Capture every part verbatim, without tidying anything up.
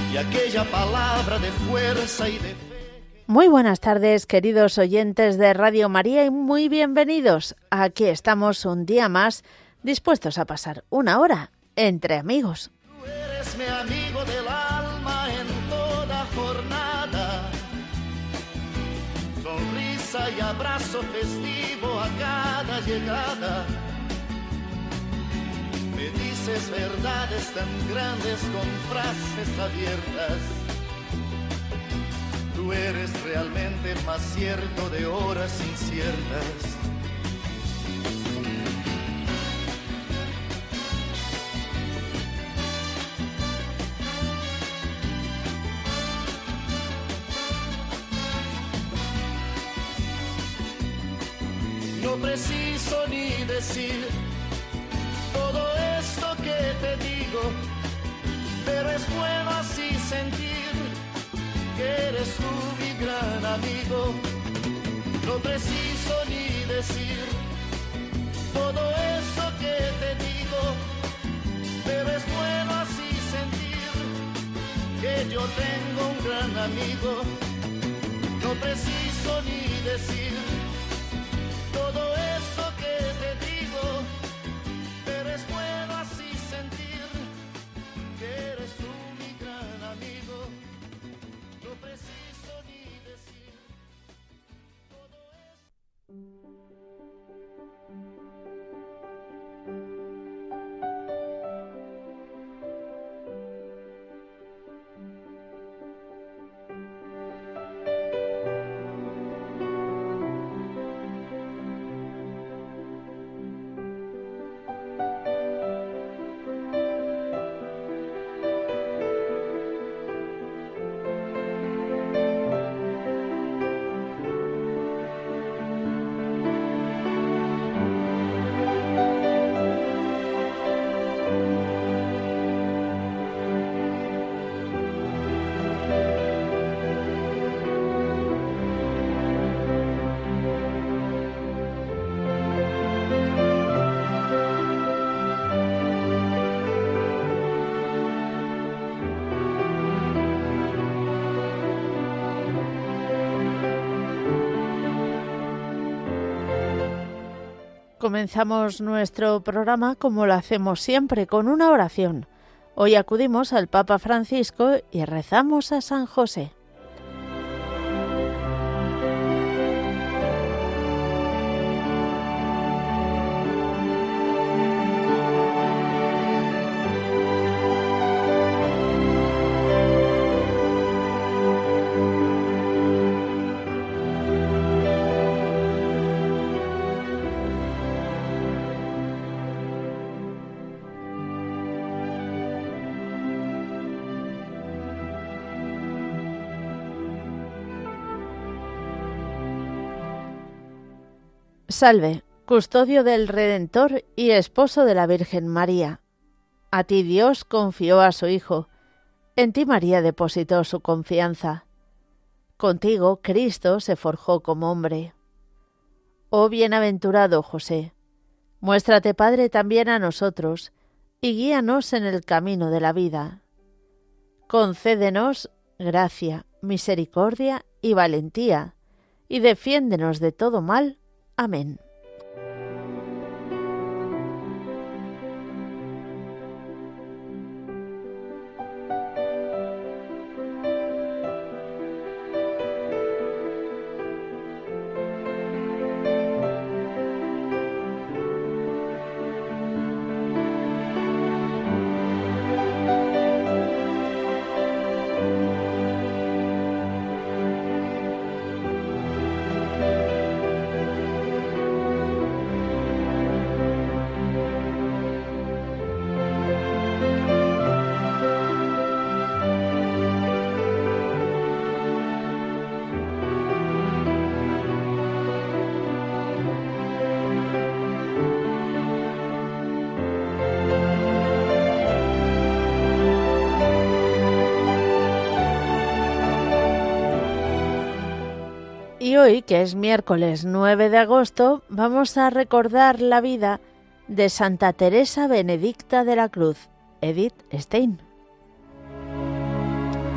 y aquella palabra de fuerza y de fe. Muy buenas tardes, queridos oyentes de Radio María, y muy bienvenidos. Aquí estamos un día más, dispuestos a pasar una hora entre amigos. Tú eres mi amigo del alma en toda jornada, sonrisa y abrazo festivo a cada llegada. Me dices verdades tan grandes con frases abiertas. Tú eres realmente más cierto de horas inciertas. No preciso ni decir todo esto que te digo, pero es bueno así sentir que eres tú mi gran amigo. No preciso ni decir todo eso que te digo, pero es bueno así sentir que yo tengo un gran amigo. No preciso ni decir todo eso que te digo, pero es bueno así sentir que eres tú mi gran amigo. No preciso ni decir todo eso. Comenzamos nuestro programa como lo hacemos siempre, con una oración. Hoy acudimos al Papa Francisco y rezamos a San José. Salve, custodio del Redentor y esposo de la Virgen María. A ti Dios confió a su Hijo, en ti María depositó su confianza. Contigo Cristo se forjó como hombre. Oh bienaventurado José, muéstrate Padre también a nosotros y guíanos en el camino de la vida. Concédenos gracia, misericordia y valentía, y defiéndenos de todo mal. Amén. Y hoy, que es miércoles nueve de agosto, vamos a recordar la vida de Santa Teresa Benedicta de la Cruz, Edith Stein.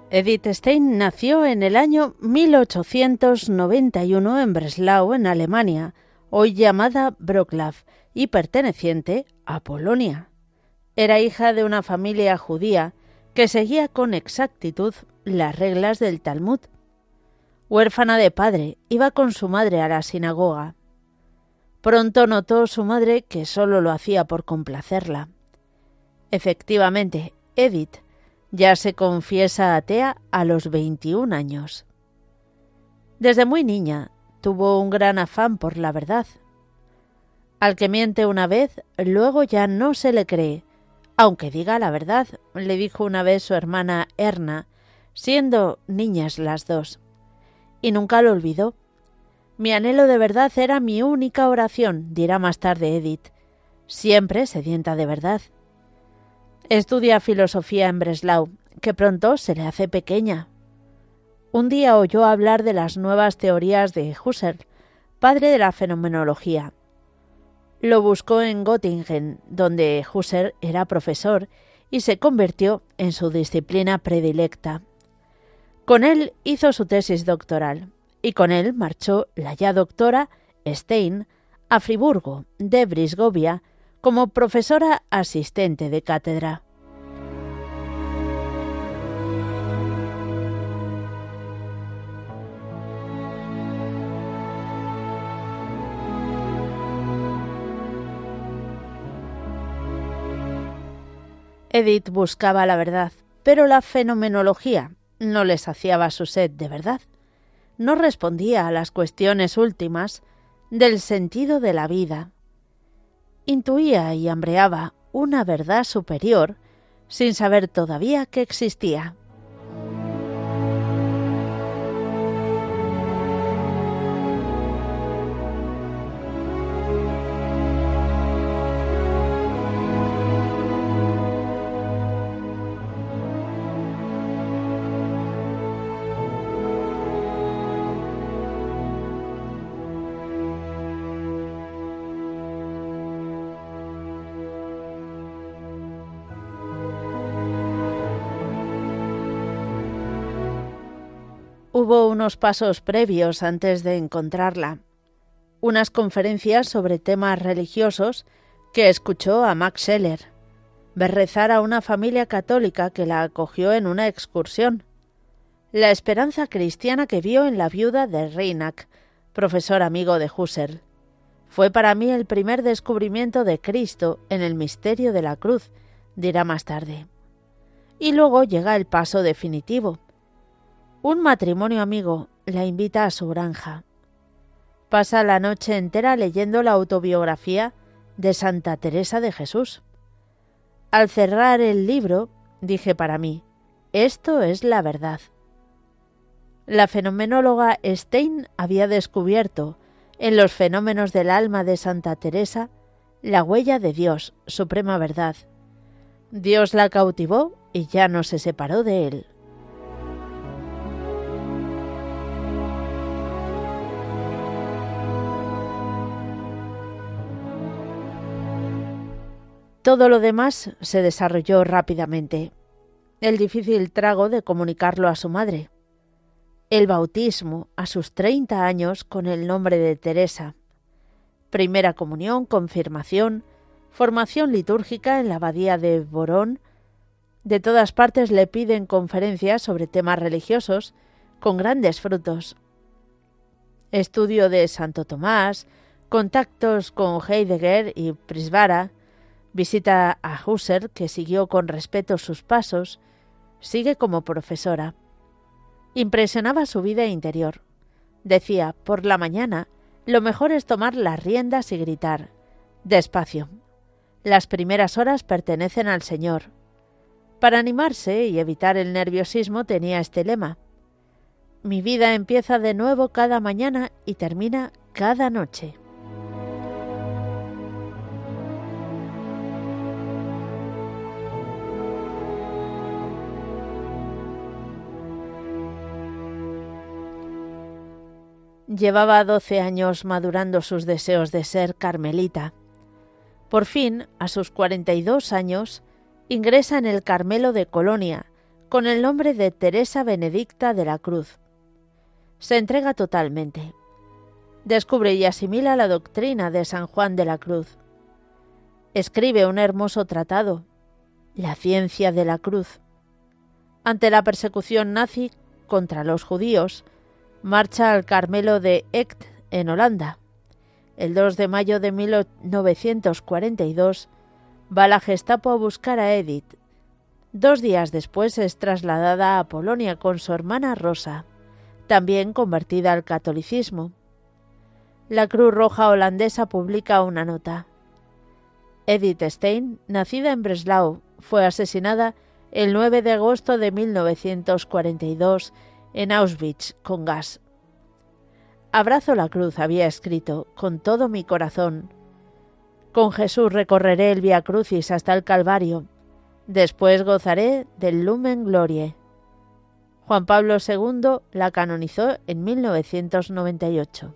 Edith Stein nació en el año mil ochocientos noventa y uno en Breslau, en Alemania, hoy llamada Wrocław, y perteneciente a Polonia. Era hija de una familia judía que seguía con exactitud las reglas del Talmud. Huérfana de padre, iba con su madre a la sinagoga. Pronto notó su madre que solo lo hacía por complacerla. Efectivamente, Edith ya se confiesa atea a los veintiún años. Desde muy niña tuvo un gran afán por la verdad. Al que miente una vez, luego ya no se le cree, aunque diga la verdad, le dijo una vez su hermana Erna, siendo niñas las dos. Y nunca lo olvidó. Mi anhelo de verdad era mi única oración, dirá más tarde Edith, siempre sedienta de verdad. Estudia filosofía en Breslau, que pronto se le hace pequeña. Un día oyó hablar de las nuevas teorías de Husserl, padre de la fenomenología. Lo buscó en Göttingen, donde Husserl era profesor, y se convirtió en su disciplina predilecta. Con él hizo su tesis doctoral, y con él marchó la ya doctora Stein a Friburgo de Brisgovia como profesora asistente de cátedra. Edith buscaba la verdad, pero la fenomenología no le saciaba su sed de verdad. No respondía a las cuestiones últimas del sentido de la vida. Intuía y hambreaba una verdad superior sin saber todavía que existía. Hubo unos pasos previos antes de encontrarla. Unas conferencias sobre temas religiosos que escuchó a Max Scheler, ver rezar a una familia católica que la acogió en una excursión, la esperanza cristiana que vio en la viuda de Reinach, profesor amigo de Husserl. Fue para mí el primer descubrimiento de Cristo en el misterio de la cruz, dirá más tarde. Y luego llega el paso definitivo. Un matrimonio amigo la invita a su granja. Pasa la noche entera leyendo la autobiografía de Santa Teresa de Jesús. Al cerrar el libro, dije para mí, esto es la verdad. La fenomenóloga Stein había descubierto, en los fenómenos del alma de Santa Teresa, la huella de Dios, suprema verdad. Dios la cautivó y ya no se separó de él. Todo lo demás se desarrolló rápidamente. El difícil trago de comunicarlo a su madre. El bautismo a sus treinta años con el nombre de Teresa. Primera comunión, confirmación, formación litúrgica en la abadía de Borón. De todas partes le piden conferencias sobre temas religiosos con grandes frutos. Estudio de Santo Tomás, contactos con Heidegger y Prisvara, visita a Husserl, que siguió con respeto sus pasos, sigue como profesora. Impresionaba su vida interior. Decía, por la mañana, lo mejor es tomar las riendas y gritar, despacio. Las primeras horas pertenecen al Señor. Para animarse y evitar el nerviosismo tenía este lema. Mi vida empieza de nuevo cada mañana y termina cada noche. Llevaba doce años madurando sus deseos de ser carmelita. Por fin, a sus cuarenta y dos años, ingresa en el Carmelo de Colonia, con el nombre de Teresa Benedicta de la Cruz. Se entrega totalmente. Descubre y asimila la doctrina de San Juan de la Cruz. Escribe un hermoso tratado, La ciencia de la cruz. Ante la persecución nazi contra los judíos, marcha al Carmelo de Echt en Holanda. El dos de mayo de mil novecientos cuarenta y dos va la Gestapo a buscar a Edith. Dos días después es trasladada a Polonia con su hermana Rosa, también convertida al catolicismo. La Cruz Roja holandesa publica una nota. Edith Stein, nacida en Breslau, fue asesinada el nueve de agosto de mil novecientos cuarenta y dos en Auschwitz con gas. Abrazo la cruz, había escrito, con todo mi corazón. Con Jesús recorreré el Vía Crucis hasta el Calvario. Después gozaré del Lumen Gloriae. Juan Pablo segundo la canonizó en mil novecientos noventa y ocho.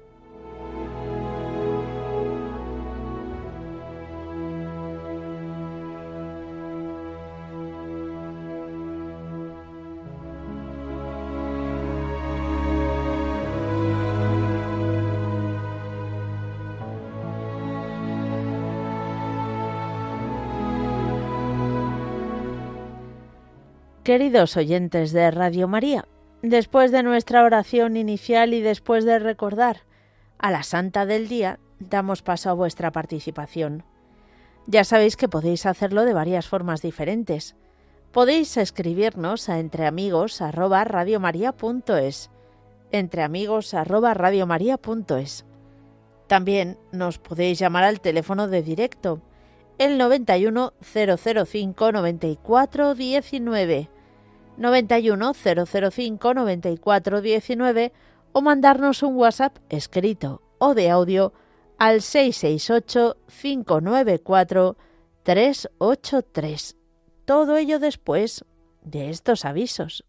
Queridos oyentes de Radio María, después de nuestra oración inicial y después de recordar a la Santa del Día, damos paso a vuestra participación. Ya sabéis que podéis hacerlo de varias formas diferentes. Podéis escribirnos a entreamigos arroba radiomaria punto es, entreamigos arroba radiomaria punto es. También nos podéis llamar al teléfono de directo, el noventa y uno, cero cero cinco, noventa y cuatro, diecinueve, noventa y uno, cero cero cinco, noventa y cuatro, diecinueve o mandarnos un WhatsApp escrito o de audio al seis seis ocho, cinco nueve cuatro, tres ocho tres. Todo ello después de estos avisos.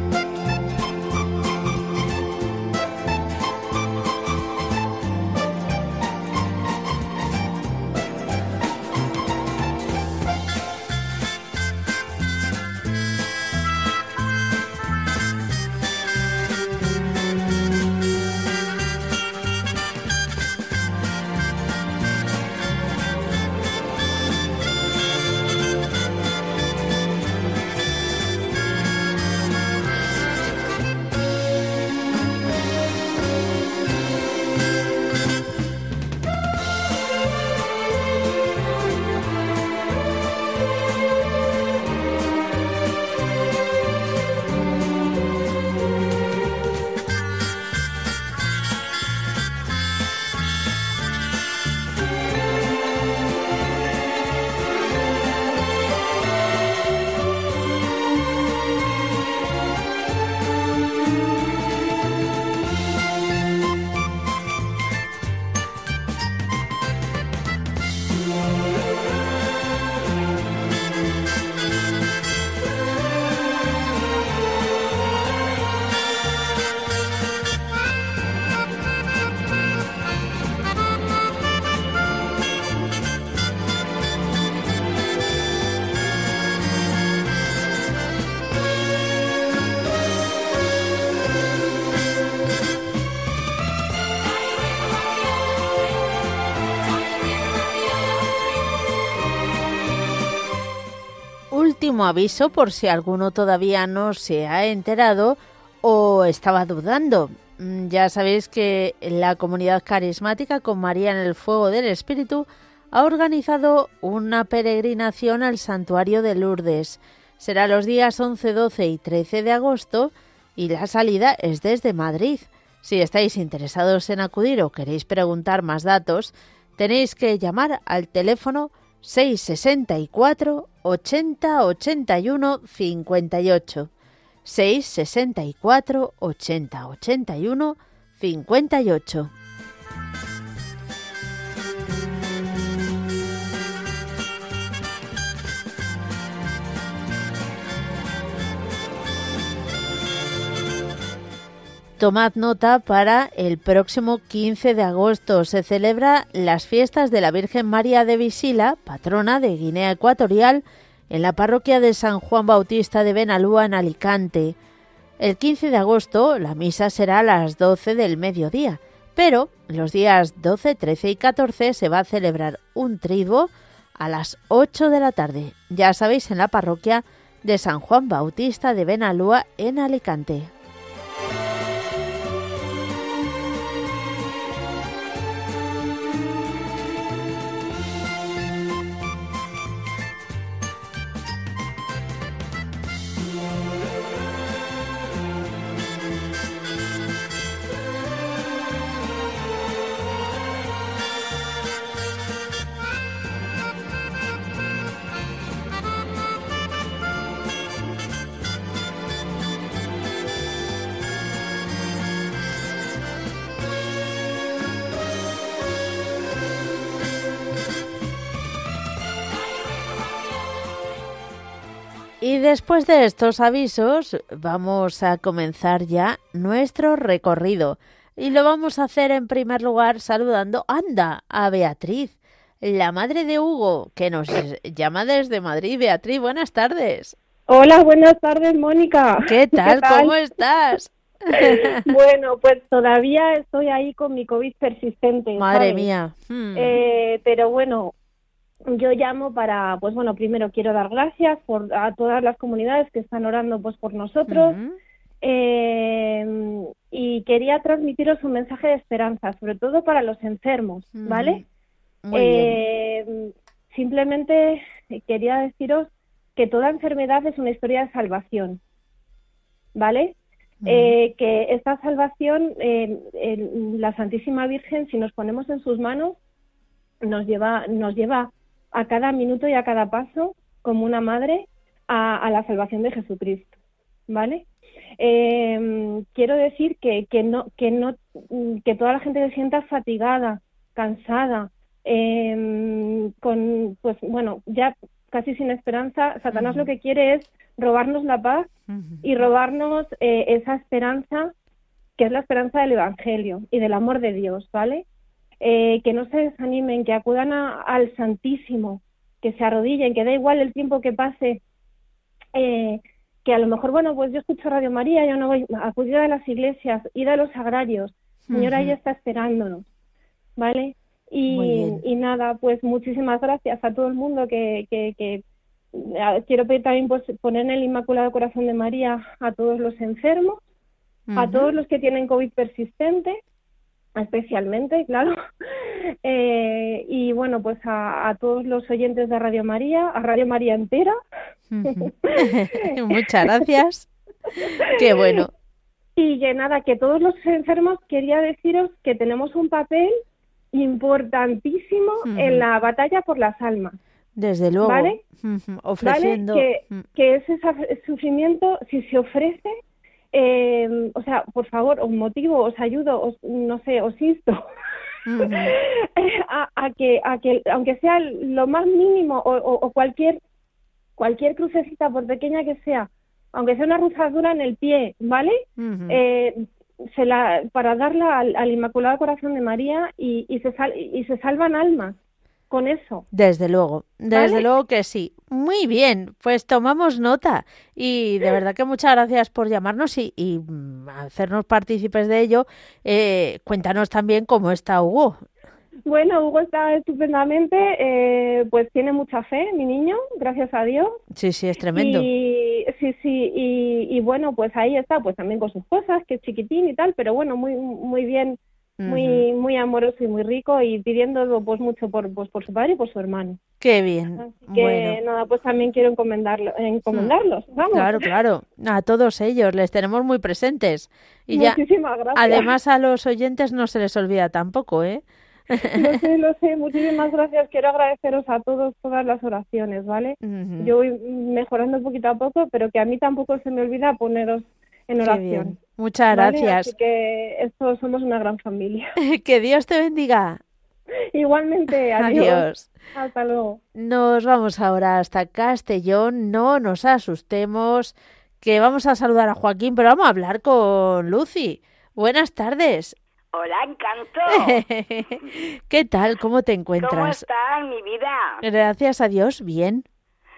Último aviso por si alguno todavía no se ha enterado o estaba dudando. Ya sabéis que la comunidad carismática con María en el Fuego del Espíritu ha organizado una peregrinación al Santuario de Lourdes. Será los días once, doce y trece de agosto y la salida es desde Madrid. Si estáis interesados en acudir o queréis preguntar más datos, tenéis que llamar al teléfono seis sesenta y cuatro, ochenta, ochenta y uno, cincuenta y ocho. seis sesenta y cuatro, ochenta, ochenta y uno, cincuenta y ocho. Tomad nota, para el próximo quince de agosto se celebra las fiestas de la Virgen María de Visila, patrona de Guinea Ecuatorial, en la parroquia de San Juan Bautista de Benalúa, en Alicante. El quince de agosto la misa será a las doce del mediodía, pero los días doce, trece y catorce se va a celebrar un triduo a las ocho de la tarde, ya sabéis, en la parroquia de San Juan Bautista de Benalúa, en Alicante. Y después de estos avisos vamos a comenzar ya nuestro recorrido y lo vamos a hacer en primer lugar saludando, anda, a Beatriz, la madre de Hugo, que nos llama desde Madrid. Beatriz, buenas tardes. Hola, buenas tardes, Mónica. ¿Qué tal? ¿Qué tal? ¿Cómo estás? Bueno, pues todavía estoy ahí con mi COVID persistente. Madre ¿sabes? mía. Hmm. Eh, pero bueno, yo llamo para, pues bueno, primero quiero dar gracias por a todas las comunidades que están orando pues por nosotros. Uh-huh. eh, y quería transmitiros un mensaje de esperanza, sobre todo para los enfermos, Uh-huh. ¿vale? Muy eh, bien. Simplemente quería deciros que toda enfermedad es una historia de salvación, ¿vale? Uh-huh. Eh, que esta salvación, eh, eh, la Santísima Virgen, si nos ponemos en sus manos, nos lleva, nos lleva a cada minuto y a cada paso, como una madre, a, a la salvación de Jesucristo, ¿vale? Eh, quiero decir que, que no, que no, que toda la gente se sienta fatigada, cansada, eh, con, pues bueno, ya casi sin esperanza. Satanás Uh-huh. lo que quiere es robarnos la paz Uh-huh. y robarnos eh, esa esperanza, que es la esperanza del Evangelio y del amor de Dios, ¿vale? Eh, que no se desanimen, que acudan a, al Santísimo, que se arrodillen, que da igual el tiempo que pase, eh, que a lo mejor, bueno, pues yo escucho Radio María, yo no voy a acudir a las iglesias, ir a los sagrarios, Señor, ahí Uh-huh. está esperándonos, ¿vale? Muy Y, bien. y nada, pues muchísimas gracias a todo el mundo que, que, que eh, quiero pedir también pues poner en el Inmaculado Corazón de María a todos los enfermos, a Uh-huh. todos los que tienen COVID persistente, especialmente, claro, eh, y bueno, pues a, a todos los oyentes de Radio María, a Radio María entera. Uh-huh. Muchas gracias. Qué bueno. Y que nada, que todos los enfermos, quería deciros que tenemos un papel importantísimo Uh-huh. en la batalla por las almas, Desde luego. ¿vale? Uh-huh. Ofreciendo. ¿vale? Que, Mm. que ese saf- sufrimiento, si se ofrece, eh, o sea, por favor, os motivo, os ayudo, os, no sé, os insto Uh-huh. a, a que, a que, aunque sea lo más mínimo o, o, o cualquier, cualquier crucecita, por pequeña que sea, aunque sea una rozadura en el pie, ¿vale? Uh-huh. Eh, se la, para darla al, al Inmaculado Corazón de María y, y, se sal, y se salvan almas con eso. Desde luego, desde ¿Vale? luego que sí. Muy bien, pues tomamos nota y de verdad que muchas gracias por llamarnos y, y mm, hacernos partícipes de ello. Eh, cuéntanos también cómo está Hugo. Bueno, Hugo está estupendamente, eh, pues tiene mucha fe, mi niño, gracias a Dios. Sí, sí, es tremendo. Y sí, sí, y, y bueno, pues ahí está, pues también con sus cosas, que es chiquitín y tal, pero bueno, muy muy bien, muy Ujú. muy amoroso y muy rico y pidiendo pues mucho por pues por su padre y por su hermano. Qué bien. Así que Bueno, nada, pues también quiero encomendarlo, encomendarlos, vamos. claro, claro. A todos ellos les tenemos muy presentes. Y ya, Muchísimas gracias. además a los oyentes no se les olvida tampoco, ¿eh? Lo sé, lo sé, muchísimas gracias. Quiero agradeceros a todos todas las oraciones, ¿vale? Ujú. Yo voy mejorando poquito a poco, pero que a mí tampoco se me olvida poneros en Qué oración. bien. Muchas ¿Vale? gracias. Así que esto somos una gran familia. Que Dios te bendiga. Igualmente, adiós. Adiós. Hasta luego. Nos vamos ahora hasta Castellón. No nos asustemos, que vamos a saludar a Joaquín, pero vamos a hablar con Lucy. Buenas tardes. Hola, Encanto. ¿Qué tal? ¿Cómo te ¿Cómo encuentras? estás, mi vida? Gracias a Dios, bien.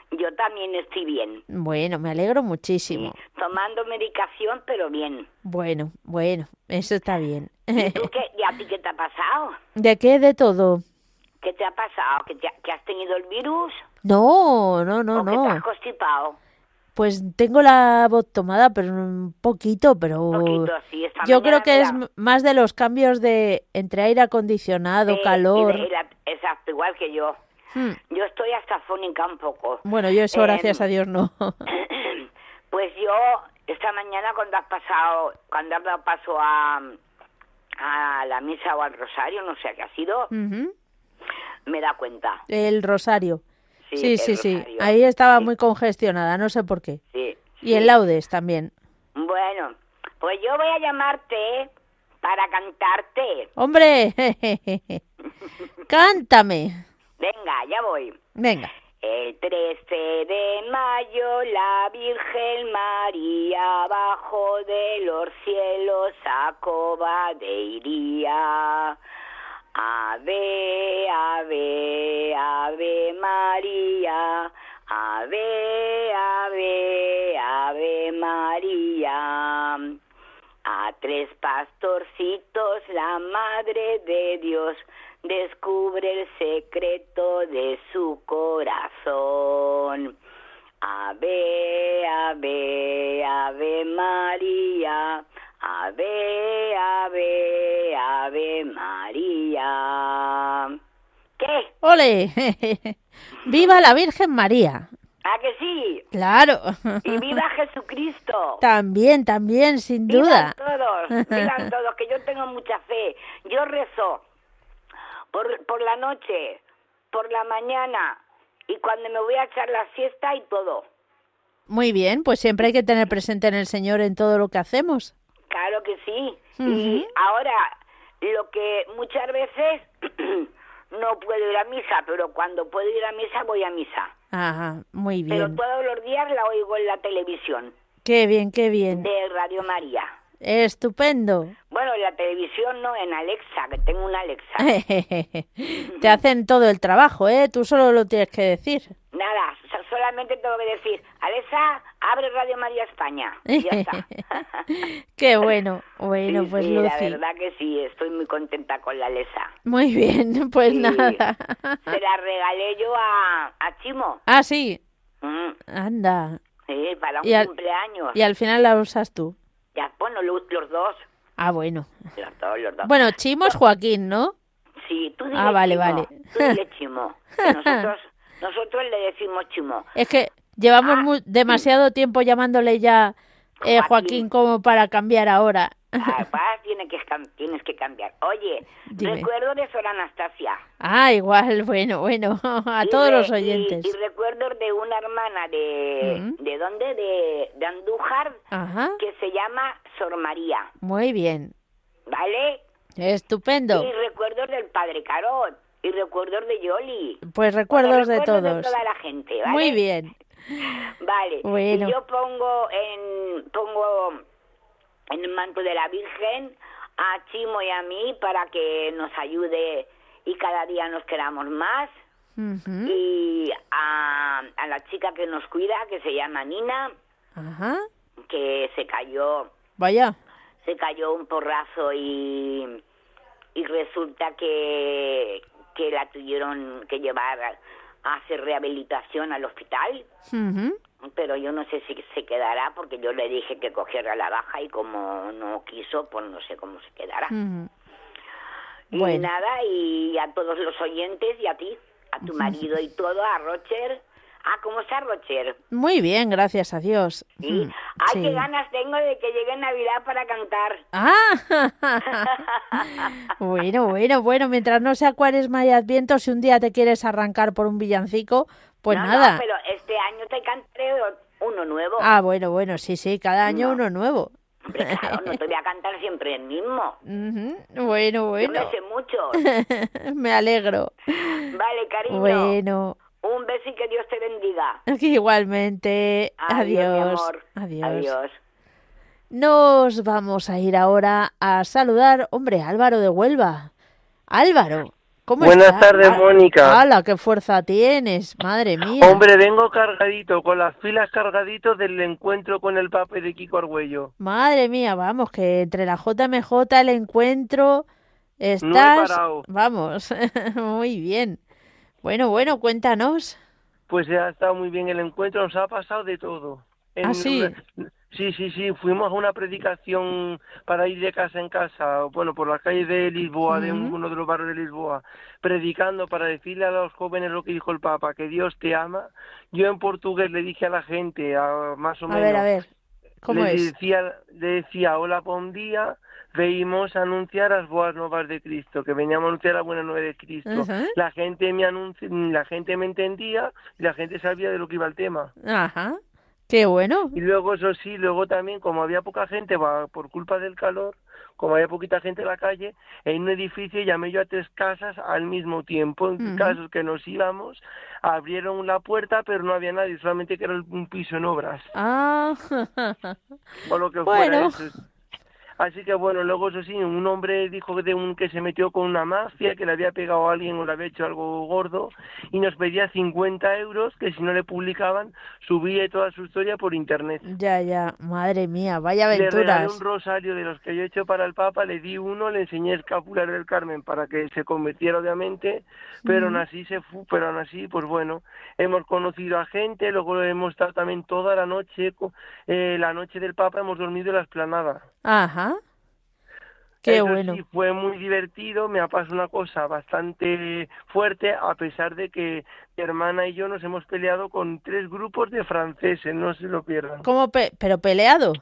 Yo también estoy bien. Bueno, me alegro muchísimo. Sí, tomando medicación, pero bien. Bueno, bueno, eso está bien. ¿Y tú qué? ¿Y a ti qué te ha pasado? ¿De qué? De todo. ¿Qué te ha pasado? ¿Que, te, que has tenido el virus? No, no, no, ¿O que no. te has constipado? Pues tengo la voz tomada, pero un poquito, pero Un poquito, sí. Esta yo mañana creo que me es da- m- más de los cambios de entre aire acondicionado, Sí, calor. y de- y la- exacto, igual que yo. Hmm. Yo estoy hasta fónica un poco. Bueno, yo eso, Eh, gracias a Dios, no. Pues yo, esta mañana cuando has pasado, cuando has dado paso a, a la misa o al rosario, no sé a qué ha sido, Ujú. me da cuenta. El rosario. Sí, Sí, el sí, sí. rosario. Ahí estaba Sí. muy congestionada, no sé por qué. Sí, Y sí. el laudes también. Bueno, pues yo voy a llamarte para cantarte. ¡Hombre! ¡Cántame! Venga, ya voy. Venga. El trece de mayo la Virgen María bajo de los cielos a Cobadeiría. Ave, ave, ave María, ave, ave, ave María. A tres pastorcitos la Madre de Dios descubre el secreto de su corazón. Ave, ave, ave María, ave, ave, ave María. ¿Qué? ¡Ole! ¡Viva la Virgen María! ¿A que sí? ¡Claro! Y viva Jesucristo. También, también, sin Vivan duda. todos, vivan todos, que yo tengo mucha fe. Yo rezo por, por la noche, por la mañana y cuando me voy a echar la siesta y todo. Muy bien, pues siempre hay que tener presente en el Señor en todo lo que hacemos. Claro que sí. Ujú. Y ahora, lo que muchas veces no puedo ir a misa, pero cuando puedo ir a misa, voy a misa. Ajá, muy Pero bien. todos los días la oigo en la televisión Qué bien, qué bien. de Radio María. Estupendo. Bueno, en la televisión no, en Alexa, que tengo una Alexa. Te hacen todo el trabajo, ¿eh? Tú solo lo tienes que decir. Nada, so- solamente tengo que decir, Alexa, abre Radio María España. Y ya está. Qué bueno. Bueno, Sí, pues sí, la Lucy. verdad que sí, estoy muy contenta con la Alexa. Muy bien, pues Sí, nada. Se la regalé yo a, a Chimo. Ah, sí. Mm, Anda. sí, para un Y al- cumpleaños. Y al final la usas tú. Ya, bueno, lo- los dos. Ah, bueno. Los dos, los dos. Bueno, Chimo es Joaquín, ¿no? Sí, tú dile Ah, vale, Chimo. vale. Tú dile Chimo. Que nosotros, nosotros le decimos Chimo. Es que llevamos Ah, mu- demasiado tiempo llamándole ya eh, Joaquín. Joaquín como para cambiar ahora. Ah, vas, tiene que, cam- tienes que cambiar. Oye, Dime. recuerdo de Sor Anastasia. Ah, igual, bueno, bueno, a Y todos re- los y- oyentes. Y, recuerdo de una hermana de... Ujú. ¿De dónde? De, de Andújar, Ajá, que se llama Sor María, muy bien. ¿vale? Estupendo. Y recuerdos del Padre Carot, y recuerdos de Yoli. Pues recuerdos de recuerdos todos. de toda la gente, ¿vale? Muy bien. Vale. Bueno. Y yo pongo en pongo en el manto de la Virgen a Chimo y a mí para que nos ayude y cada día nos queramos más. Ujú. Y a, a la chica que nos cuida, que se llama Nina, Ajá. que se cayó, Vaya. se cayó un porrazo y, y resulta que, que la tuvieron que llevar a, a hacer rehabilitación al hospital. Ujú. Pero yo no sé si se quedará porque yo le dije que cogiera la baja y como no quiso, pues no sé cómo se quedará. Ujú. Y Bueno. nada, y a todos los oyentes y a ti, a tu marido y todo, a Rocher. Ah, ¿cómo está Rocher? Muy bien, gracias a Dios. Sí. Mm, Ay, sí. qué ganas tengo de que llegue Navidad para cantar. Ah, bueno, bueno, bueno, mientras no sea Cuaresma y Adviento, si un día te quieres arrancar por un villancico, pues no, nada. No, pero este año te cantaré uno nuevo. Ah, bueno, bueno, sí, sí, cada año No. uno nuevo. Hombre, claro, no te voy a cantar siempre el mismo. Ujú. Bueno, Yo bueno. me sé muchos. Me alegro. Vale, cariño. Bueno, Un beso y que Dios te bendiga. igualmente. Adiós, mi Adiós. amor. Adiós. Adiós. Nos vamos a ir ahora a saludar, hombre, a Álvaro de Huelva. Álvaro, ¿Cómo Buenas estás? tardes, Ah, Mónica. ¡Hala, qué fuerza tienes! Madre mía. Hombre, vengo cargadito, con las pilas cargaditos del encuentro con el Papa de Kiko Argüello. Madre mía, vamos, que entre la J M J, el encuentro, No he estás... parado. Vamos, muy bien. Bueno, bueno, cuéntanos. Pues ha estado muy bien el encuentro, nos ha pasado de todo. En ¿Ah, sí? una- Sí, sí, sí, fuimos a una predicación para ir de casa en casa, bueno, por las calles de Lisboa, de Ujú. uno de los barrios de Lisboa, predicando para decirle a los jóvenes lo que dijo el Papa, que Dios te ama. Yo en portugués le dije a la gente, a, más o A menos, ver, a ver, ¿cómo le es? decía, le decía, hola, buen día, veímos a anunciar las buenas nuevas de Cristo, que veníamos a anunciar la buena nueva de Cristo. Ajá, La gente me anunci- la gente me entendía y la gente sabía de lo que iba el tema. ajá, qué bueno. Y luego, eso sí, luego también, como había poca gente, va, por culpa del calor, como había poquita gente en la calle, en un edificio llamé yo a tres casas al mismo tiempo, en Ujú. casos que nos íbamos, abrieron la puerta, pero no había nadie, solamente que era un piso en obras, Ah, o lo que fuera bueno, eso. Así que bueno, luego eso sí, un hombre dijo de un que se metió con una mafia, que le había pegado a alguien o le había hecho algo gordo, y nos pedía cincuenta euros, que si no le publicaban, subía toda su historia por internet. ya, ya, madre mía, vaya Le regalé aventuras. un rosario de los que yo he hecho para el Papa, le di uno, le enseñé el escapular del Carmen para que se convirtiera obviamente, pero aún Ujú. así se fu, pero aún así, pues bueno, hemos conocido a gente, luego hemos estado también toda la noche, co- eh, la noche del Papa hemos dormido en la explanada. Ajá, qué Eso bueno. sí, fue muy divertido, me ha pasado una cosa bastante fuerte, a pesar de que mi hermana y yo nos hemos peleado con tres grupos de franceses, no se lo pierdan. ¿Cómo pe- pero peleado?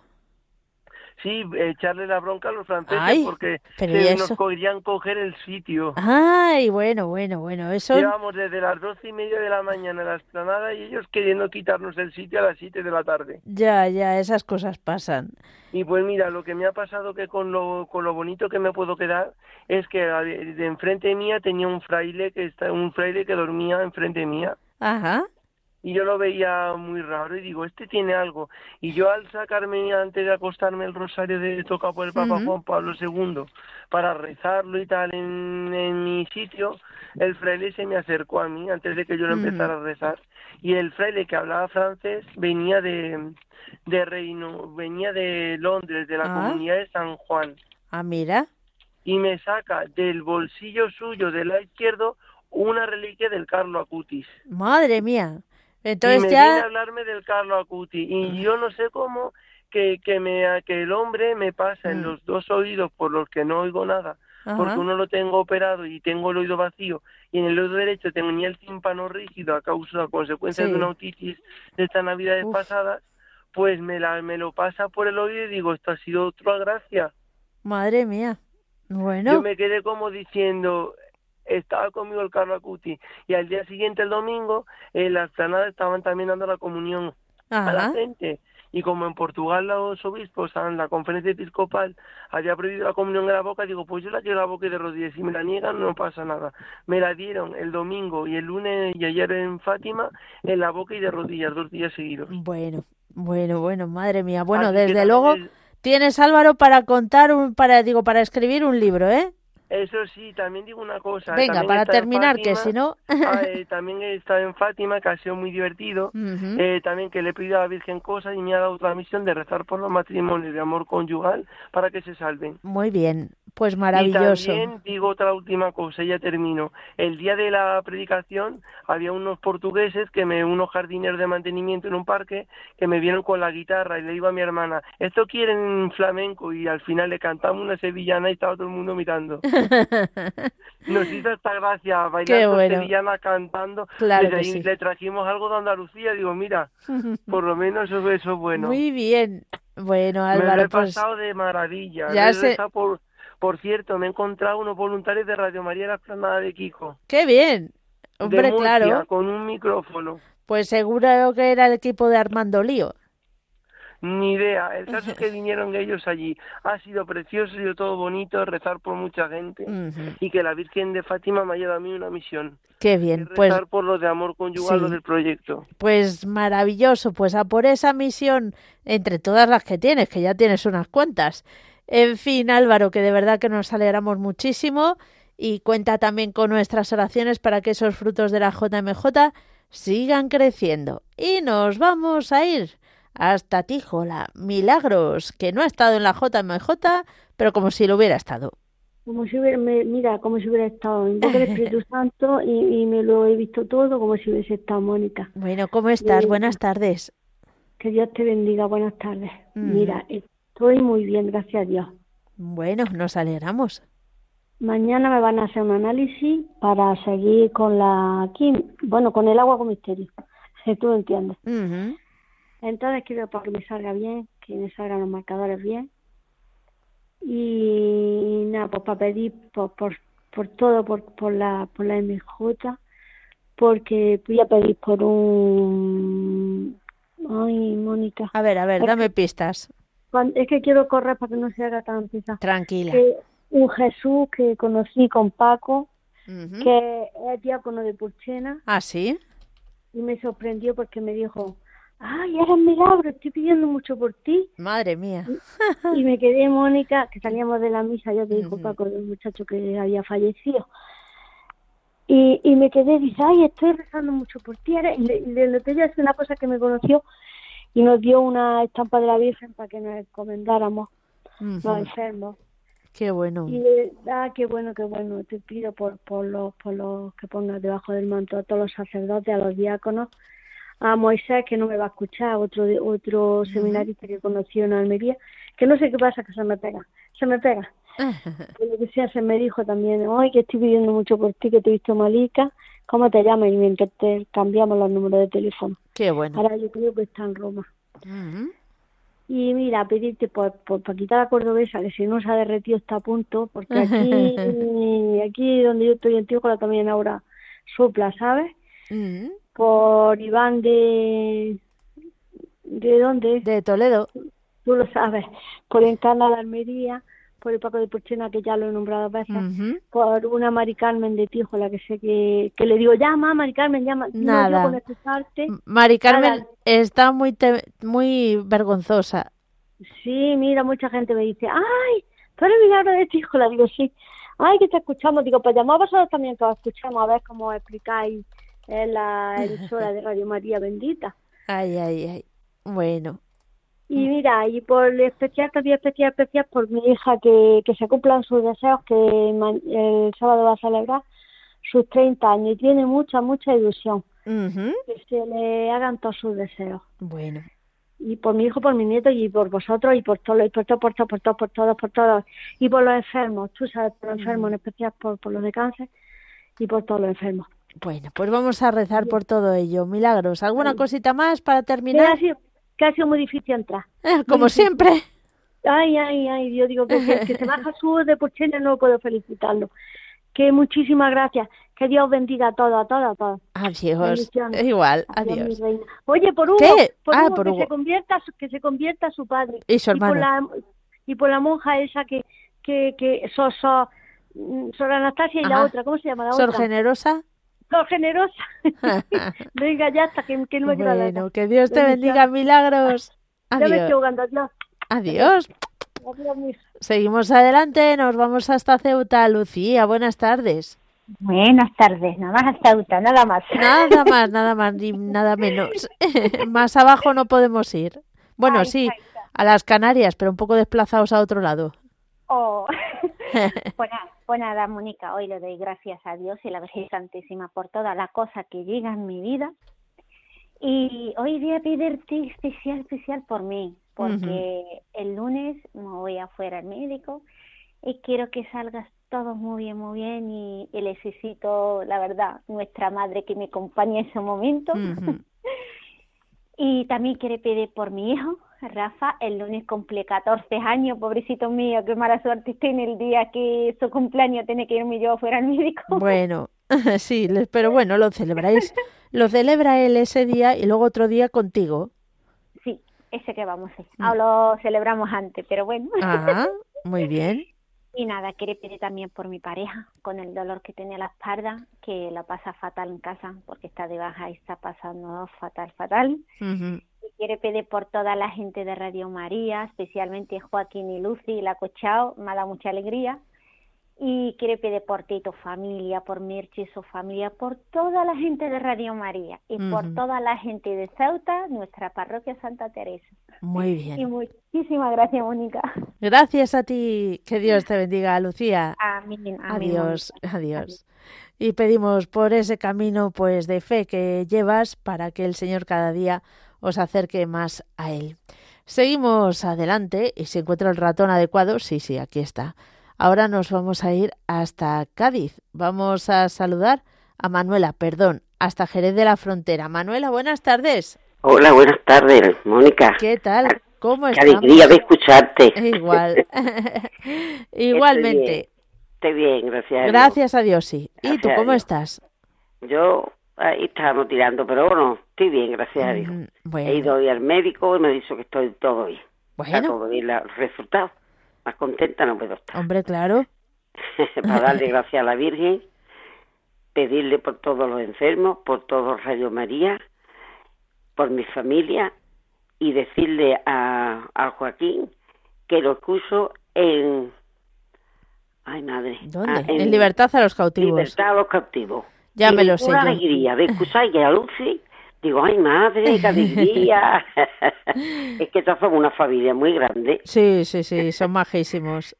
Sí, echarle la bronca a los franceses Ay, porque pero ¿y se nos eso? querían coger el sitio. Ay, bueno, bueno, bueno, eso... Llevamos desde las doce y media de la mañana en la explanada y ellos queriendo quitarnos el sitio a las siete de la tarde. Ya, ya, esas cosas pasan. Y pues mira, lo que me ha pasado que con lo, con lo bonito que me puedo quedar es que a- de enfrente mía tenía un fraile que está, un fraile que dormía enfrente mía. Ajá, Y yo lo veía muy raro y digo, este tiene algo. Y yo al sacarme antes de acostarme el rosario de tocado por el Papa ujú, Juan Pablo segundo para rezarlo y tal en, en mi sitio, el fraile se me acercó a mí antes de que yo lo ujú. empezara a rezar. Y el fraile que hablaba francés venía de, de Reino, venía de Londres, de la Ah, comunidad de San Juan. ah, mira. Y me saca del bolsillo suyo del lado izquierdo una reliquia del Carlo Acutis. Madre mía. Y Entonces me viene a ya... hablarme del Carlo Acuti y yo no sé cómo que que me que el hombre me pasa en Mm, los dos oídos por los que no oigo nada, porque ajá, uno lo tengo operado y tengo el oído vacío y en el oído derecho tenía el tímpano rígido a causa a consecuencia de una sí. otitis de estas navidades Uf, pasadas, pues me la me lo pasa por el oído y digo, esto ha sido otra gracia. madre mía. Yo Bueno, me quedé como diciendo, estaba conmigo el Carlo Acuti y al día siguiente, el domingo, en la explanada estaban también dando la comunión a la ajá, gente. Y como en Portugal los obispos, en la conferencia episcopal, había prohibido la comunión en la boca, digo, pues yo la quiero en la boca y de rodillas. Si me la niegan, no pasa nada. Me la dieron el domingo y el lunes y ayer en Fátima, en la boca y de rodillas, dos días seguidos. bueno, bueno, bueno, madre mía. Bueno, Así que desde también luego es- tienes, Álvaro, para contar un, para, digo, para escribir un libro, ¿eh? eso sí, también digo una cosa. Venga, También para está en terminar, que Fátima, si no... ah, eh, también he estado en Fátima, que ha sido muy divertido. Ujú, Eh, también que le he pedido a la Virgen cosas y me ha dado otra misión de rezar por los matrimonios de amor conyugal para que se salven. muy bien, pues Y maravilloso. también digo otra última cosa, y ya termino. El día de la predicación había unos portugueses, que me, unos jardineros de mantenimiento en un parque, que me vieron con la guitarra y le digo a mi hermana, esto quieren flamenco, y al final le cantamos una sevillana y estaba todo el mundo mirando. Nos hizo esta gracia Qué bailando bueno, sevillana, cantando. claro Desde que ahí sí. le trajimos algo de Andalucía, digo, mira, por lo menos eso, eso es bueno. Muy bien. Bueno, Me lo Álvaro, he pues pasado de maravilla. ya He sé, rezado por, por cierto, me he encontrado unos voluntarios de Radio María en la explanada de Kiko, qué bien. de Hombre, Murcia, claro, con un micrófono. pues seguro que era el equipo de Armando Lío. Ni idea. El caso es que vinieron ellos allí. Ha sido precioso, ha sido todo bonito, rezar por mucha gente Ujú, y que la Virgen de Fátima me ha dado a mí una misión. qué Es bien, pues rezar por los de amor conyugal, los sí, del proyecto. pues maravilloso, pues a por esa misión entre todas las que tienes, que ya tienes unas cuantas. En fin, Álvaro, que de verdad que nos alegramos muchísimo Y cuenta también con nuestras oraciones para que esos frutos de la J M J sigan creciendo. Y nos vamos a ir hasta Tíjola. Milagros, que no ha estado en la J M J, pero como si lo hubiera estado. Como si hubiera, me, mira, como si hubiera estado en boca del Espíritu Santo y, y me lo he visto todo como si hubiese estado, Mónica. Bueno, ¿cómo estás? Eh, Buenas tardes. Que Dios te bendiga, buenas tardes. Mm. Mira, estoy muy bien, gracias a Dios. Bueno, nos alegramos. Mañana me van a hacer un análisis para seguir con la quim, bueno, con el agua con misterio, si tú entiendes. Uh-huh. Entonces quiero para que me salga bien, que me salgan los marcadores bien. Y nada, pues para pedir por, por, por todo, por, por la por la M J, porque voy a pedir por un... Ay, Mónica. A ver, a ver, es dame que, pistas. Es que quiero correr para que no se haga tan pesado. Tranquila. Que un Jesús que conocí con Paco, Uh-huh. que es diácono de Purchena. ¿Ah, sí? Y me sorprendió porque me dijo, ay, eres Milagro, estoy pidiendo mucho por ti. Madre mía. Y, y me quedé, Mónica, que salíamos de la misa, ya te dijo Uh-huh. Paco, el muchacho que había fallecido. Y, y me quedé, dice, ay, estoy rezando mucho por ti. Y le, le noté ya, es una cosa que me conoció y nos dio una estampa de la Virgen para que nos encomendáramos, Uh-huh. los enfermos. Qué bueno. Y ah, qué bueno, qué bueno. Te pido por, por los por los que pongas debajo del manto a todos los sacerdotes, a los diáconos, a Moisés, que no me va a escuchar, otro otro uh-huh. seminarista que conocí en Almería, que no sé qué pasa, que se me pega, se me pega. Lo que sea, se me dijo también, ay, que estoy pidiendo mucho por ti, que te he visto malica, ¿cómo te llamas? Y mientras te cambiamos los números de teléfono. Qué bueno. Ahora yo creo que está en Roma. Uh-huh. Y mira, pedirte por, por Paquita la Cordobesa, que si no se ha derretido está a punto, porque aquí aquí donde yo estoy en Tíjola también ahora sopla, ¿sabes? Uh-huh. Por Iván de... ¿De dónde? De Toledo. Tú lo sabes. Por Encana de Almería, por el Paco de Purchena, que ya lo he nombrado veces, uh-huh. por una Mari Carmen de Tíjola, que sé que, que le digo, llama, Mari Carmen, llama. Nada. No, yo con escucharte, Mari Carmen nada. Está muy te- muy vergonzosa. Sí, mira, mucha gente me dice, ay, tú eres Milagro de Tíjola. Digo, sí. Ay, que te escuchamos. Digo, pues llamad a vosotros también, que os escuchamos, a ver cómo explicáis en la emisora de Radio María Bendita. Ay, ay, ay. Bueno. Y mira, y por especial, también especial, especial por mi hija, que, que se cumplan sus deseos, que el sábado va a celebrar sus treinta años y tiene mucha, mucha ilusión. Uh-huh. Que se le hagan todos sus deseos. Bueno. Y por mi hijo, por mi nieto, y por vosotros, y por todos, y por todos, por todos, por todos, por todos, por todos. Y por los enfermos, tú sabes, por los enfermos, uh-huh. en especial por, por los de cáncer, y por todos los enfermos. Bueno, pues vamos a rezar por todo ello. Milagros, ¿alguna Ay. cosita más para terminar? Que ha sido, que ha sido muy difícil entrar. Eh, como difícil. Siempre. Ay, ay, ay, yo digo que, que, que se baja su de Purchena, no puedo felicitarlo. Que muchísimas gracias. Que Dios bendiga a todos, a todos, a todos. Adiós. Igual, adiós. adiós. Oye, por Hugo, ¿Qué? por ah, Hugo, por que Hugo. se convierta, que se convierta su padre. Y su hermano. Y por la, y por la monja esa que, que, que, Sor, Sor, Sor Anastasia y Ajá. la otra, ¿cómo se llama la Sor otra? Sor Generosa. Sor Generosa. Venga, ya hasta que, que no me Bueno, la que Dios te bendiga, Milagros. Adiós. Ya me estoy ahogando, adiós. Adiós. Adiós. Seguimos adelante, nos vamos hasta Ceuta. Lucía, buenas tardes. Buenas tardes, nada más hasta Ceuta, nada más. Nada más, nada más, ni nada menos. Más abajo no podemos ir. Bueno, ahí, sí, ahí a las Canarias, pero un poco desplazados a otro lado. Oh. Pues nada, pues nada, Mónica, hoy le doy gracias a Dios y a la Virgen Santísima por toda la cosa que llega en mi vida. Y hoy voy a pedirte especial, especial por mí, porque uh-huh. el lunes me voy afuera al médico y quiero que salgas todos muy bien, muy bien y, y necesito, la verdad, nuestra madre que me acompañe en ese momento. Uh-huh. Y también quiero pedir por mi hijo, Rafa, el lunes cumple catorce años, pobrecito mío, qué mala suerte tiene el día que su cumpleaños tiene que irme yo afuera al médico. Bueno, sí, pero bueno, lo celebráis, lo celebra él ese día y luego otro día contigo. Sí, ese que vamos a hacer. Ahora lo celebramos antes, pero bueno. Ajá, muy bien. Y nada, quiero pedir también por mi pareja, con el dolor que tiene la espalda, que la pasa fatal en casa, porque está de baja y está pasando fatal, fatal. Uh-huh. Y quiero pedir por toda la gente de Radio María, especialmente Joaquín y Lucy y la Cochao, me ha dado mucha alegría. y quiere pedir por ti y tu familia, por Mirchi y su familia, por toda la gente de Radio María y uh-huh. por toda la gente de Ceuta, nuestra parroquia Santa Teresa. Muy bien. Y muchísimas gracias, Mónica. Gracias a ti. Que Dios te bendiga, Lucía. Amén. Amén. Adiós, Mónica. Adiós. Amén. Y pedimos por ese camino pues de fe que llevas para que el Señor cada día os acerque más a Él. Seguimos adelante y si encuentro el ratón adecuado, sí, sí, aquí está. Ahora nos vamos a ir hasta Cádiz. Vamos a saludar a Manuela, perdón, hasta Jerez de la Frontera. Manuela, buenas tardes. Hola, buenas tardes, Mónica. ¿Qué tal? ¿Cómo Qué estás? alegría de escucharte. Igual. Igualmente. Estoy bien, Estoy bien, gracias a Dios. Gracias a Dios, sí. ¿Y Gracias tú cómo estás? Yo ahí estábamos tirando, pero bueno, estoy bien, gracias a Dios. Mm, bueno. He ido hoy al médico y me ha dicho que estoy todo bien. Bueno. Está todo bien los resultados. Más contenta no puedo estar. Hombre, claro. Para darle gracias a la Virgen, pedirle por todos los enfermos, por todo Radio María, por mi familia y decirle a, a Joaquín que lo escucho en... Ay, madre. ¿Dónde? Ah, en, en Libertad a los cautivos. Libertad a los cautivos. Ya y me lo sé una yo. alegría de escuchar y a Lucy... Digo, ay, madre, qué alegría. Es que todos somos una familia muy grande. Sí, sí, sí, son majísimos.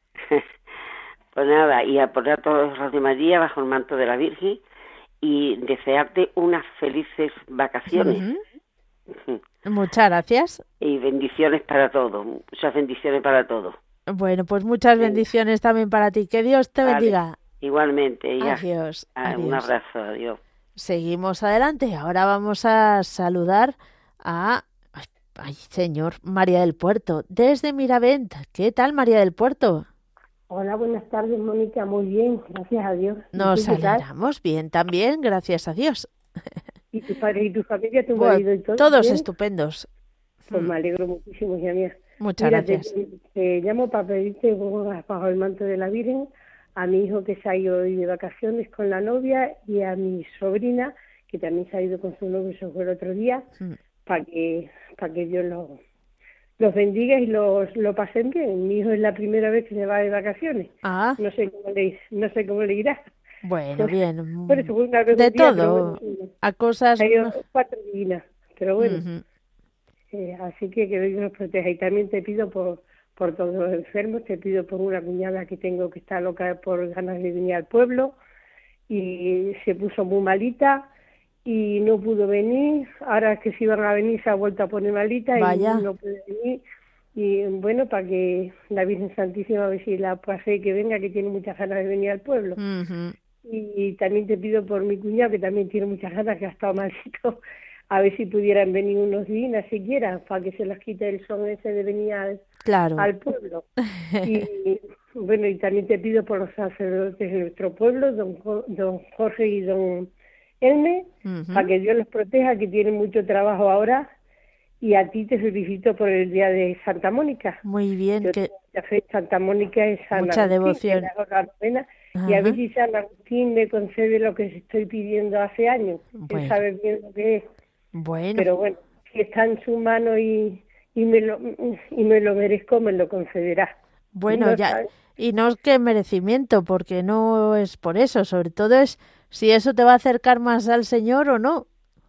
Pues nada, y a poner a todos los de María bajo el manto de la Virgen y desearte unas felices vacaciones. Uh-huh. Muchas gracias. Y bendiciones para todos, muchas bendiciones para todos. Bueno, pues muchas bendiciones sí. también para ti. Que Dios te vale. bendiga. Igualmente. Ya. Adiós, ah, adiós. Un abrazo, adiós. Seguimos adelante. Ahora vamos a saludar a... Ay, señor, María del Puerto, desde Miravent. ¿Qué tal, María del Puerto? Hola, buenas tardes, Mónica. Muy bien, gracias a Dios. Nos alegramos bien también, gracias a Dios. ¿Y tu padre y tu familia, tu bueno, marido y todo? Todos bien? Estupendos. Pues me alegro muchísimo, hija mía. Muchas Mira, gracias. Te, te llamo para pedirte bajo el manto de la Virgen a mi hijo que se ha ido hoy de vacaciones con la novia y a mi sobrina que también se ha ido con su novio, se fue el otro día, mm. para que para que Dios los, los bendiga y los lo pasen bien. Mi hijo es la primera vez que se va de vacaciones. Ah. No sé cómo le, no sé cómo le irá. Bueno, bien. Por eso fue una vez de un día, todo, bueno, a cosas... Hay cuatro divinas, pero bueno. Uh-huh. Eh, así que que Dios nos proteja. Y también te pido por por todos los enfermos, te pido por una cuñada que tengo que está loca por ganas de venir al pueblo y se puso muy malita y no pudo venir. Ahora que si iban a venir se ha vuelto a poner malita Vaya. y no puede venir. Y bueno, para que la Virgen Santísima, a ver si la pase que venga, que tiene muchas ganas de venir al pueblo. Uh-huh. Y, y también te pido por mi cuñado, que también tiene muchas ganas, que ha estado malito, a ver si pudieran venir unos días siquiera, para que se las quite el son ese de venir al, claro. al pueblo. Y bueno, y también te pido por los sacerdotes de nuestro pueblo, don, don Jorge y don Elme, uh-huh. para que Dios los proteja, que tienen mucho trabajo ahora. Y a ti te felicito por el día de Santa Mónica. Muy bien. Yo que la fe Santa Mónica es San mucha Agustín, devoción. Que la novena, y a ver si San Agustín me concede lo que estoy pidiendo hace años. Bueno. Él sabe bien lo que es. Bueno. Pero bueno, si está en su mano y, y, me lo, y me lo merezco, me lo concederá. Bueno, ¿No ya. sabes? Y no es que merecimiento, porque no es por eso. Sobre todo es si eso te va a acercar más al Señor o no.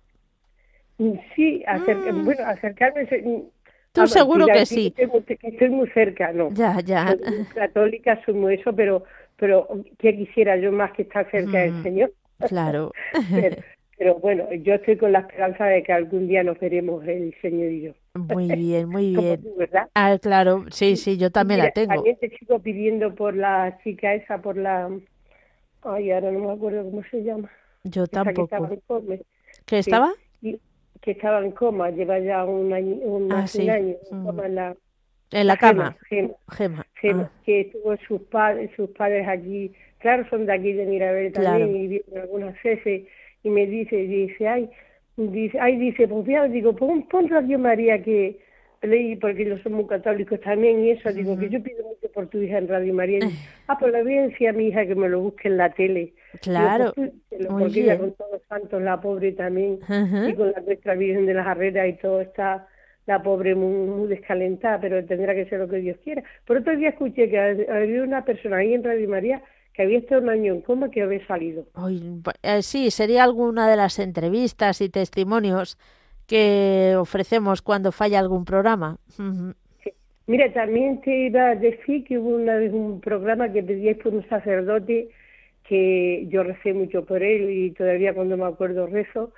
Sí, acerca, mm. bueno, acercarme... Tú vamos, seguro que, que sí. Que estoy, que estoy muy cerca, ¿no? Ya, ya. Soy católica, soy muy eso, pero pero ¿qué quisiera yo más que estar cerca mm. del Señor? Claro. pero, pero bueno, yo estoy con la esperanza de que algún día nos veremos el Señor y yo. Muy bien, muy Como bien. tú, ¿verdad? Ah, claro, sí, sí, yo también Mira, la tengo. También te sigo pidiendo por la chica esa, por la... Ay, ahora no me acuerdo cómo se llama. Yo esa tampoco. Que estaba en coma. ¿Qué estaba? Sí, que estaba en coma, lleva ya un año, un, ah, sí. un año en mm. coma en la... En la cama. Gema. Gema. Gema, Ah. que tuvo sus padres, sus padres aquí, claro, son de aquí de Mirabel también, Claro. y vienen algunas veces, y me dice, dice, ay, dice, ay, dice, pues ya, digo, pon, pon Radio María que leí, porque ellos son muy católicos también, y eso, uh-huh. digo, que yo pido mucho por tu hija en Radio María, y, ah, pues le voy a decir a mi hija que me lo busque en la tele. Claro, digo, pues, muy porque bien. ella con todos los santos, la pobre también, uh-huh. y con la nuestra Virgen de las Herreras y todo está... la pobre muy, muy descalentada, pero tendrá que ser lo que Dios quiera. Por otro día escuché que había una persona ahí en Radio María que había estado un año en coma, que había salido. Ay, eh, sí, sería alguna de las entrevistas y testimonios que ofrecemos cuando falla algún programa. Uh-huh. Sí. Mira, también te iba a decir que hubo una vez un programa que pedíais por un sacerdote, que yo recé mucho por él y todavía cuando me acuerdo rezo,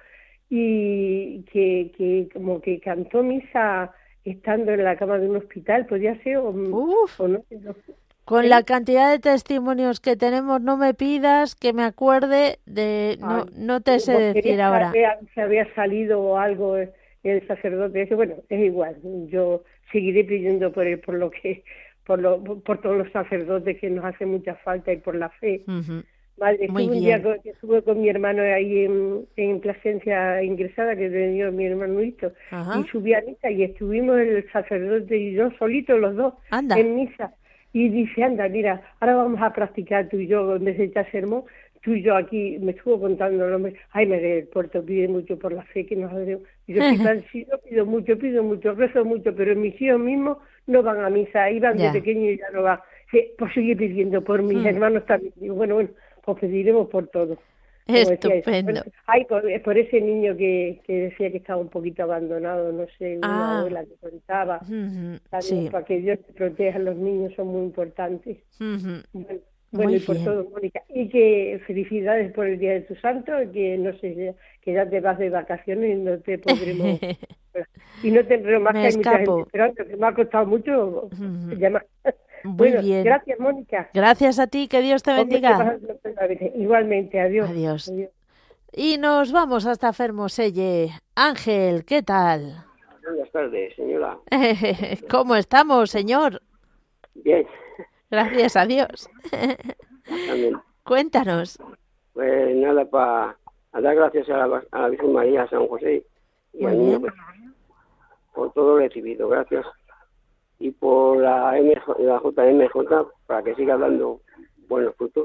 y que, que como que cantó misa estando en la cama de un hospital, podía ser, o, Uf, o no, no. Con ¿Sí? la cantidad de testimonios que tenemos, no me pidas que me acuerde de... No, no te sé decir ahora. Había, se había salido algo el sacerdote ese, bueno, es igual, yo seguiré pidiendo por él, por lo que, por lo, por todos los sacerdotes que nos hace mucha falta y por la fe. Uh-huh. Madre, Muy estuve un bien. día con, estuve con mi hermano ahí en, en Plasencia ingresada, que tenía mi hermano Luito, Ajá. y subí a misa y estuvimos el sacerdote y yo solitos los dos Anda. en misa. Y dice, anda, mira, ahora vamos a practicar tú y yo, en vez de echar sermón, tú y yo aquí, me estuvo contando el hombre, ay, me del puerto, pide mucho por la fe que nos ha dado. Y yo, sí, yo pido mucho, pido mucho, rezo mucho, pero mis hijos mismos no van a misa, iban Ya. de pequeños y ya no van. Sí, pues sigue pidiendo por mis Hmm. hermanos también. Digo, bueno, bueno, pues pediremos por todo. Como decía eso. Estupendo. Bueno, ay, por, por ese niño que, que decía que estaba un poquito abandonado, no sé, una Ah. abuela que contaba. Ujú, También sí. para que Dios te proteja, los niños son muy importantes. Ujú. Bueno, Muy bueno, y por bien. todo, Mónica. Y que felicidades por el Día de tu Santo, que no sé, que ya te vas de vacaciones y no te podremos... y no tendremos más, Me que hay mucha escapo. gente esperando, que me ha costado mucho Ujú. llamar. Muy Bueno, bien. gracias, Mónica. Gracias a ti, que Dios te Hombre, que bendiga. vas a- Igualmente, adiós. Adiós. Adiós. Y nos vamos hasta Fermoselle. Ángel, ¿qué tal? Buenas tardes, señora. ¿Cómo estamos, señor? Bien, Gracias a Dios. también. Cuéntanos. Pues nada, para dar gracias a la, a la Virgen María, a San José y Muy al niño bien. Jesús por todo lo recibido, gracias. Y por la, M J, la J M J, para que siga dando buenos frutos.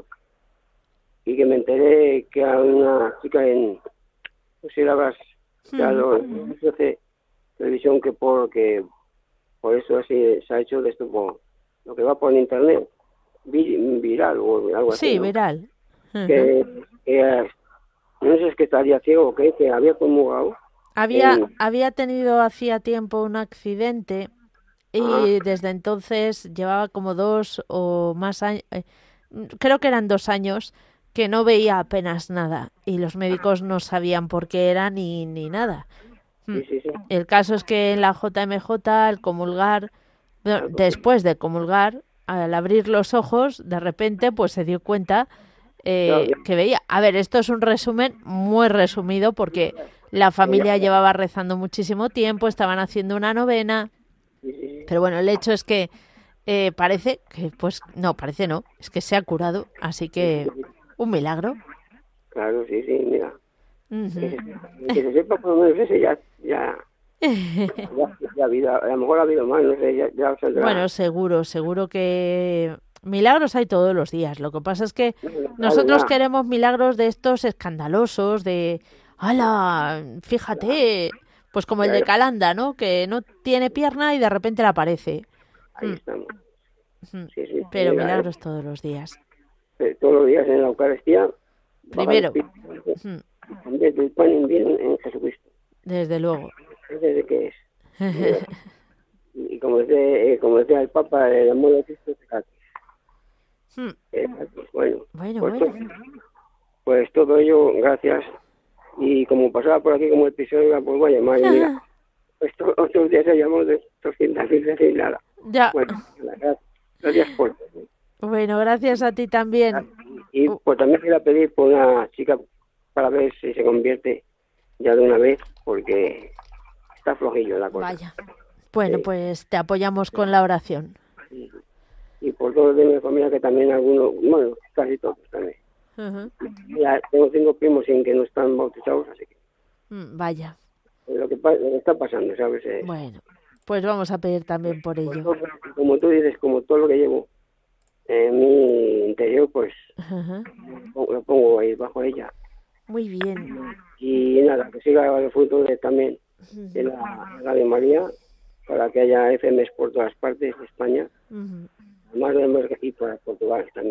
Y que me enteré que hay una chica en, no sé si la habrás, ya lo hace televisión, que por, que por eso así se ha hecho de esto, por lo que va por internet, vi- viral o algo así. Sí, ¿no? viral. que, que no sé si es que estaría ciego o qué, que había comulgado. Había, en- había tenido hacía tiempo un accidente y Ah. desde entonces llevaba como dos o más años, eh, creo que eran dos años, que no veía apenas nada y los médicos no sabían por qué era ni, ni nada. Sí, sí, sí. El caso es que en la J M J, al comulgar, bueno, después de comulgar, al abrir los ojos, de repente pues se dio cuenta eh, Claro. que veía. A ver, esto es un resumen muy resumido porque la familia llevaba rezando muchísimo tiempo, estaban haciendo una novena, Sí, sí, sí. pero bueno, el hecho es que eh, parece que, pues, no, parece no, es que se ha curado, así que un milagro. Claro, sí, sí, mira. Ujú. Que se, que se sepa por lo menos ese ya, ya, ya, ya ha habido, a lo mejor ha habido más, no sé, ya, ya saldrá. Bueno, seguro, seguro que milagros hay todos los días. Lo que pasa es que Claro, nosotros ya. queremos milagros de estos escandalosos, de, ¡hala! Fíjate, pues como el de Claro. Calanda, ¿no? Que no tiene pierna y de repente le aparece. Ahí Mm, estamos. mm. Sí, sí. Pero mira, milagros todos los días. eh, todos los días en la Eucaristía. baja el Primero, Espíritu, Mm, en vez del pan viene en Jesucristo. desde luego. Ese de qué es. Mira, y como decía, eh, como decía el Papa, el amor de Cristo es gratis. Mm, Es gratis. Bueno, Bueno, pues, bueno. to- pues todo ello, gracias. Y como pasaba por aquí como episodio, pues voy a llamar. Y mira, estos otros días se llamó de doscientas mil veces y nada. Ya. Bueno, nada, gracias por. Bueno, gracias a ti también. Y Uh. pues también quería pedir por una chica para ver si se convierte ya de una vez, porque está flojillo la cosa. Vaya. Bueno, Sí. pues te apoyamos con la oración. Y, y por todos de mi familia, que también algunos, bueno, casi todos también. Ujú. Ya tengo cinco primos sin que no están bautizados, así que Mm, Vaya. lo que, pa- lo que está pasando, ¿sabes? Eh, Bueno, pues vamos a pedir también por ello. como tú dices, como todo lo que llevo en mi interior, pues Ajá. lo lo pongo ahí bajo ella. Muy bien. Y nada, que siga el fruto de, también de la Radio María, para que haya F Ms por todas partes de España, Ujú. además de América y para Portugal también.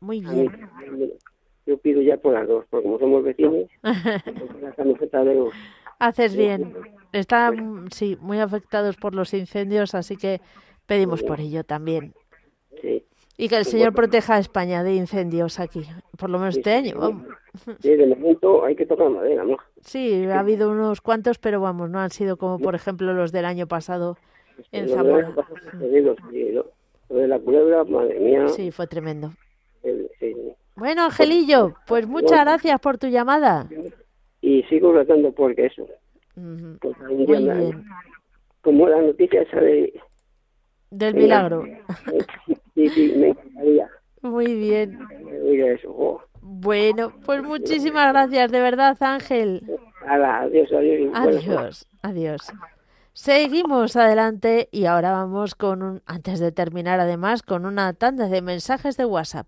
Muy bien. Mí, yo pido ya por las dos, porque como somos vecinos, la camiseta de los... Haces bien. Están, sí, muy afectados por los incendios, así que pedimos por ello también. Sí. Y que el Señor proteja a España de incendios aquí, por lo menos Sí, este sí, año. Vamos. Sí, de momento hay que tocar madera, ¿no? Sí, ha habido unos cuantos, pero vamos, no han sido como, por ejemplo, los del año pasado en Lo Zamora. de, los, sí, lo, lo de la culebra, madre mía. Sí, fue tremendo. El, sí. Bueno, Angelillo, pues muchas gracias por tu llamada. Y sigo rezando porque eso. Uh-huh. Porque Muy bien. Como la noticia esa de... Del milagro. Sí, sí, me encantaría. Muy bien. Oiga eso. Oh. Bueno, pues muchísimas gracias, de verdad, Ángel. Hala, adiós, adiós. Adiós, adiós. Seguimos adelante y ahora vamos con un, antes de terminar además, con una tanda de mensajes de WhatsApp.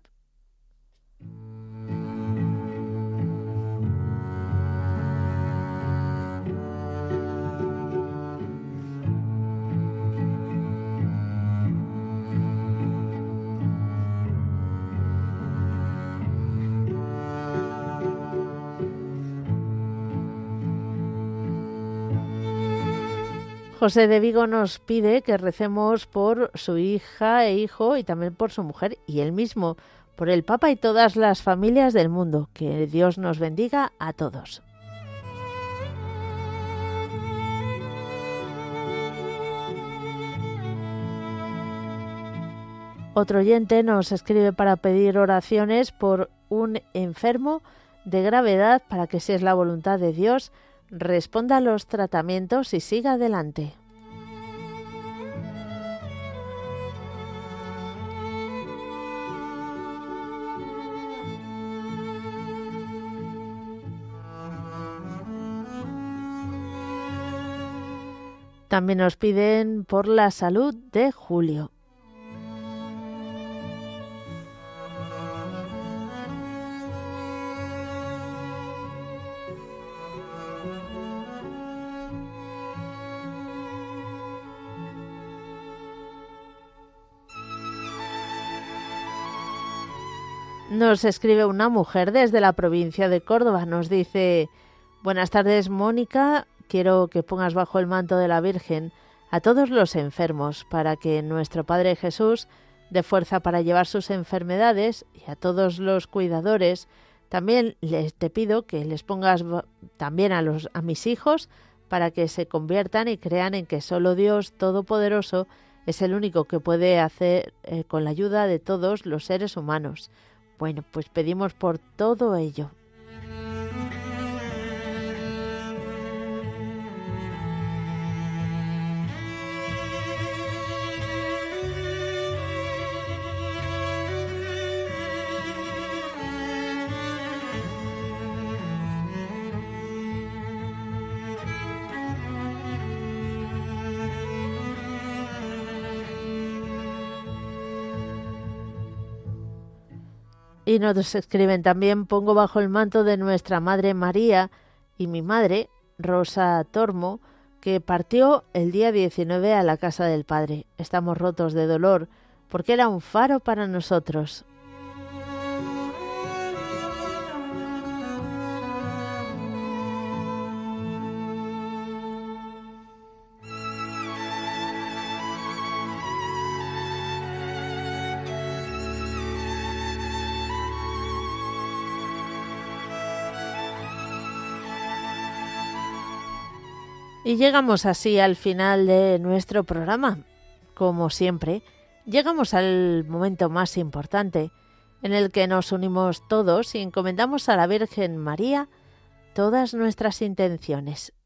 José de Vigo nos pide que recemos por su hija e hijo y también por su mujer y él mismo, por el Papa y todas las familias del mundo. Que Dios nos bendiga a todos. Otro oyente nos escribe para pedir oraciones por un enfermo de gravedad para que, si es la voluntad de Dios, responda a los tratamientos y siga adelante. También nos piden por la salud de Julio. Nos escribe una mujer desde la provincia de Córdoba. Nos dice: buenas tardes, Mónica. Quiero que pongas bajo el manto de la Virgen a todos los enfermos para que nuestro Padre Jesús dé fuerza para llevar sus enfermedades, y a todos los cuidadores. También les te pido que les pongas también a los a mis hijos para que se conviertan y crean en que solo Dios Todopoderoso es el único que puede hacer eh, con la ayuda de todos los seres humanos. Bueno, pues pedimos por todo ello. Y nos escriben también: pongo bajo el manto de nuestra Madre María y mi madre, Rosa Tormo, que partió el día diecinueve a la casa del Padre. Estamos rotos de dolor porque era un faro para nosotros. Y llegamos así al final de nuestro programa. Como siempre, llegamos al momento más importante, en el que nos unimos todos y encomendamos a la Virgen María todas nuestras intenciones.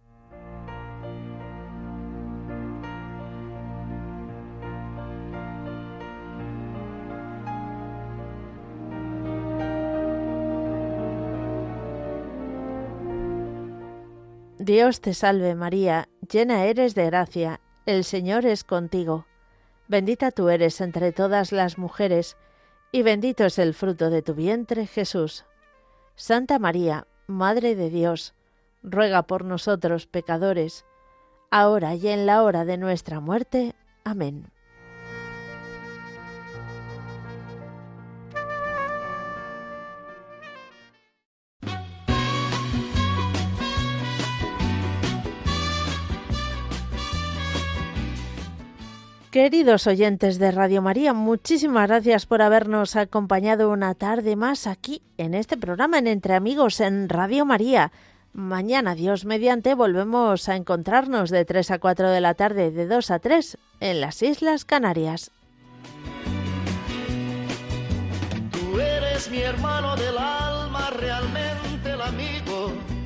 Dios te salve María, llena eres de gracia, el Señor es contigo. Bendita tú eres entre todas las mujeres, y bendito es el fruto de tu vientre, Jesús. Santa María, Madre de Dios, ruega por nosotros pecadores, ahora y en la hora de nuestra muerte. Amén. Queridos oyentes de Radio María, muchísimas gracias por habernos acompañado una tarde más aquí en este programa en Entre Amigos en Radio María. Mañana, Dios mediante, volvemos a encontrarnos de tres a cuatro de la tarde, de dos a tres, en las Islas Canarias. Tú eres mi hermano del alma, realmente el amigo